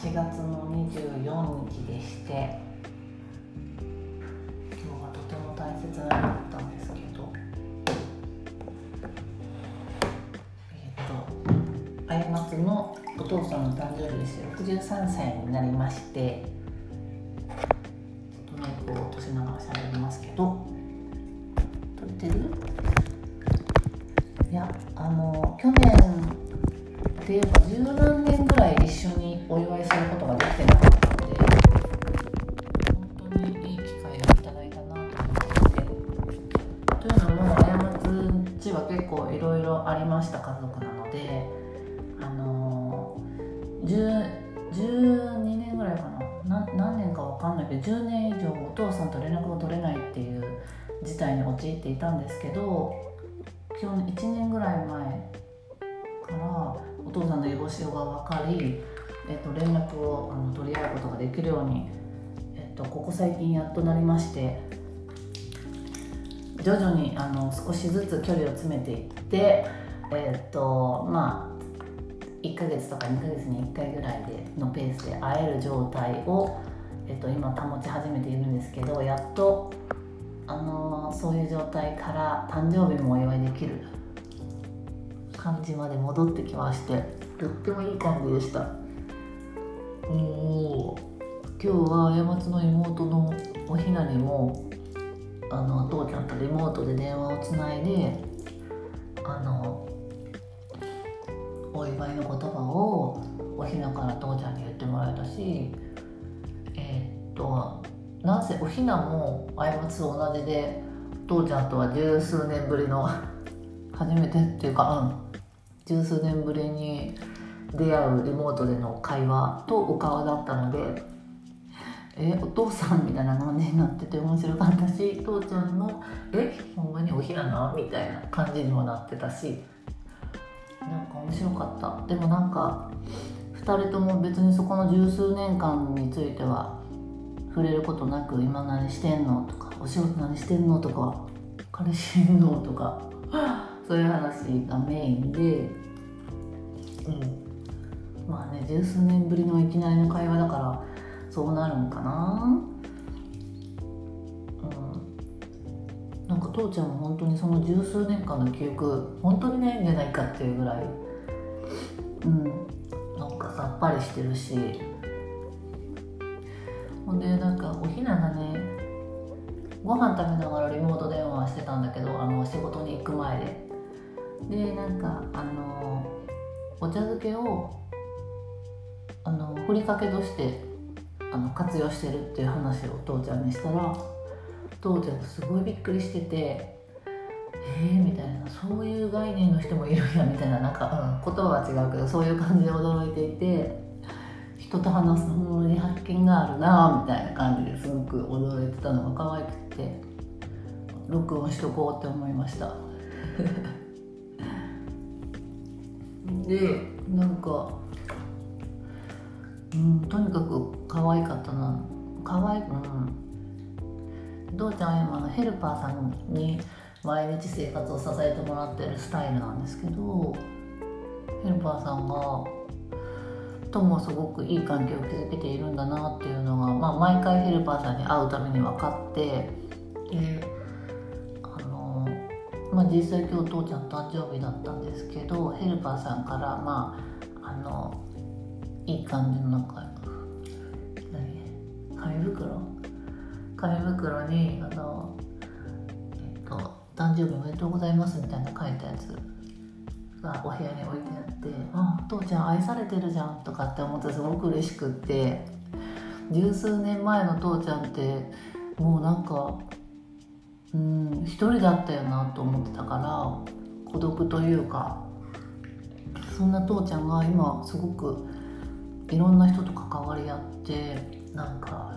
8月の24日でして、今日はとても大切な日だったんですけど、過松のお父さんの誕生日ですよ。63歳になりまして、ちょっとね、こう年ながら喋りますけど、撮ってる？いや、去年っていうか十何年ぐらい一緒にお祝いすることができてなかったので、本当にいい機会をいただいたなと思って。というのも、過松家は結構いろいろありました家族なので、12年ぐらいかな、何年かわかんないけど10年以上お父さんと連絡が取れないっていう事態に陥っていたんですけど、1年ぐらい前からお父さんの居場所が分かり、連絡を取り合うことができるように、ここ最近やっとなりまして、徐々に少しずつ距離を詰めていって、1ヶ月とか2ヶ月に1回ぐらいのペースで会える状態を、今保ち始めているんですけど、やっとそういう状態から誕生日もお祝いできる感じまで戻ってきまして、とってもいい感じでした。今日は過松の妹のおひなにも父ちゃんとリモートで電話をつないでお祝いの言葉をおひなから父ちゃんに言ってもらえたし、なんせおひなも過松と同じで、父ちゃんとは十数年ぶりの初めてっていうか、十数年ぶりに出会うリモートでの会話とお顔だったので、お父さんみたいな感じになってて面白かったし、父ちゃんのほんまにおひななみたいな感じにもなってたし、なんか面白かった。でもなんか2人とも別にそこの十数年間については触れることなく、今何してんのとか、お仕事何してんのとか、彼氏いんのとかそういう話がメインで、まあね、十数年ぶりのいきなりの会話だからそうなるんかな。なんか父ちゃんも本当にその十数年間の記憶本当にないんじゃないかっていうぐらい、なんかさっぱりしてるし、ほんでなんかおひながね、ご飯食べながらリモート電話してたんだけど、仕事に行く前でなんかお茶漬けをふりかけとして活用してるっていう話を父ちゃんにしたら、父ちゃんがすごいびっくりしてて、みたいな、そういう概念の人もいるんやみたいな、なんか、言葉は違うけどそういう感じで驚いていて、人と話すのに発見があるなみたいな感じですごく驚いてたのが可愛くて、録音しとこうって思いましたで、なんかとにかく可愛かったな。父ちゃんは今ヘルパーさんに毎日生活を支えてもらってるスタイルなんですけど、ヘルパーさんがともすごくいい関係を築けているんだなっていうのが、毎回ヘルパーさんに会うために分かって、実際今日父ちゃん誕生日だったんですけど、ヘルパーさんからいい感じの紙袋に誕生日おめでとうございますみたいな書いたやつがお部屋に置いてあって、父ちゃん愛されてるじゃんとかって思ってすごく嬉しくって、十数年前の父ちゃんってもうなんか一人だったよなと思ってたから、孤独というか、そんな父ちゃんが今すごくいろんな人と関わり合って、なんか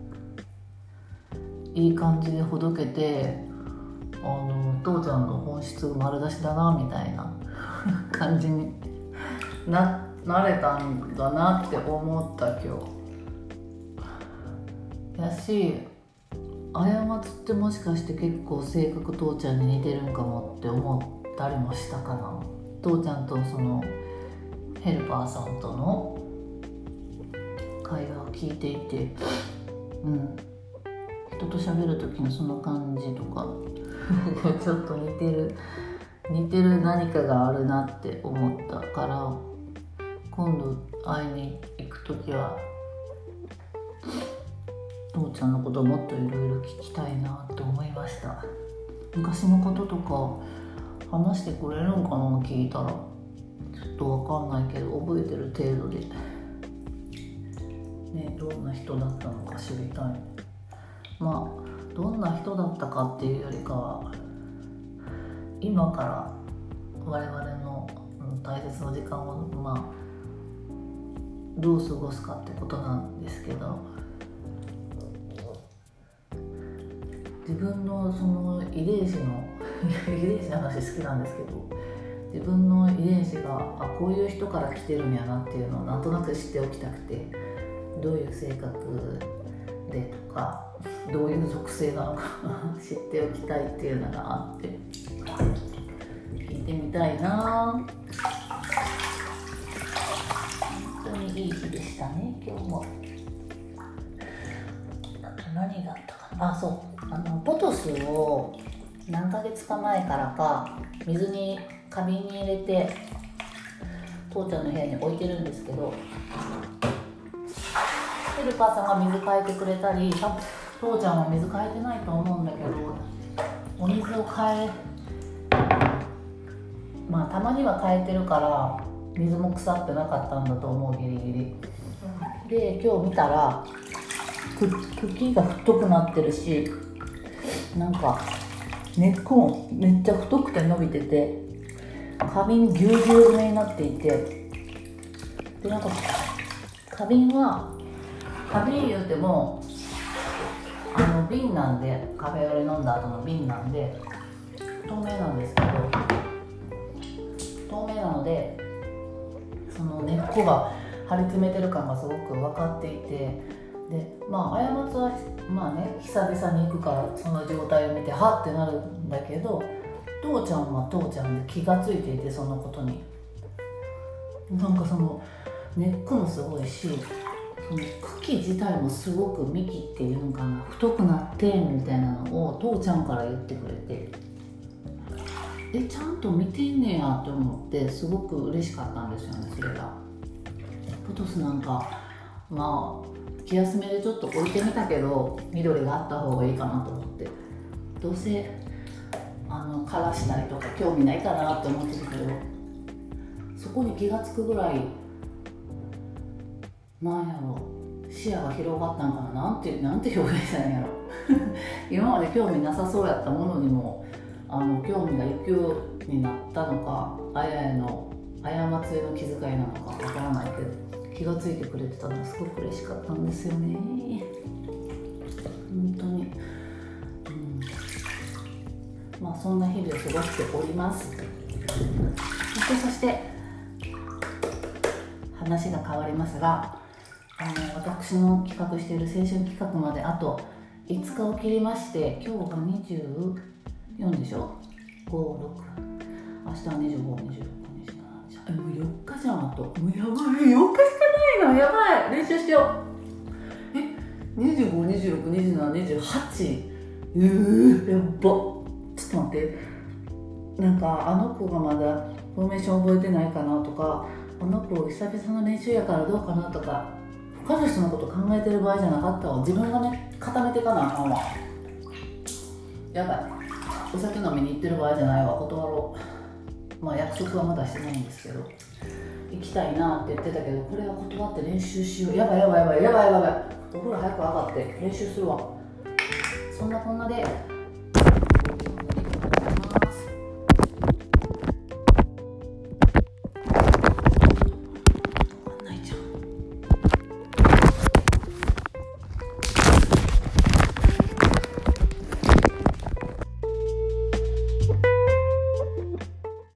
いい感じでほどけて、父ちゃんの本質丸出しだなみたいな感じになれたんだなって思った今日やし、過松ってもしかして結構性格父ちゃんに似てるんかもって思ったりもしたかな。父ちゃんとそのヘルパーさんとの聞いていて、人と喋る時のその感じとかちょっと似てる何かがあるなって思ったから、今度会いに行く時は父ちゃんのことをもっといろいろ聞きたいなと思いました。昔のこととか話してくれるんかな、聞いたら。ちょっとわかんないけど覚えてる程度でね、どんな人だったのか知りたい。まあどんな人だったかっていうよりかは、今から我々の大切な時間をどう過ごすかってことなんですけど、自分のその遺伝子の話好きなんですけど、自分の遺伝子がこういう人から来てるんやなっていうのをなんとなく知っておきたくて、どういう性格でとかどういう属性なのか知っておきたいっていうのがあって、聞いてみたいな。本当にいい日でしたね、今日も。何があったかな。そう、ポトスを何ヶ月か前からか水に花瓶に入れて父ちゃんの部屋に置いてるんですけど、ヘルパーさんが水替えてくれたり、父ちゃんは水替えてないと思うんだけど、お水をたまには変えてるから水も腐ってなかったんだと思う、ギリギリで。今日見たら茎が太くなってるし、なんか根っこもめっちゃ太くて伸びてて、花瓶ぎゅうぎゅう詰めになっていて、でなんか花瓶言うても瓶なんで、カフェオレ飲んだ後の瓶なんで透明なんですけど、透明なのでその根っこが張り詰めてる感がすごく分かっていて、で過ちは久々に行くからその状態を見てはってなるんだけど、父ちゃんは父ちゃんで気がついていて、そのことになんかその根っこもすごいし、その茎自体もすごく幹っていうんかな、太くなってみたいなのを父ちゃんから言ってくれて、ちゃんと見てんねやと思って、すごく嬉しかったんですよね、それが。ポトスなんか気休めでちょっと置いてみたけど、緑があった方がいいかなと思って、どうせ枯らしたりとか興味ないかなって思ってたけど、そこに気がつくぐらい視野が広がったんかな、なんて表現したらいいんやろ今まで興味なさそうやったものにも興味が行くようになったのか、あやの過ちへの気遣いなのかわからないけど、気がついてくれてたのがすごく嬉しかったんですよね、本当に。そんな日々を過ごしております。そして話が変わりますが、私の企画している青春企画まであと5日を切りまして、今日が24でしょ、5、6、明日は25、26、27、もう4日じゃん。あともうやばい、4日しかないの、やばい、練習しよう。25、26、27、28、やっば。ちょっと待って、なんかあの子がまだフォーメーション覚えてないかなとか、あの子久々の練習やからどうかなとか、他の人のこと考えてる場合じゃなかったわ。自分がね、固めていかなあかんわ。やばい、お酒飲みに行ってる場合じゃないわ、断ろう。約束はまだしてないんですけど、行きたいなって言ってたけど、これは断って練習しよう。やばい、お風呂早く上がって練習するわ。そんなこんなで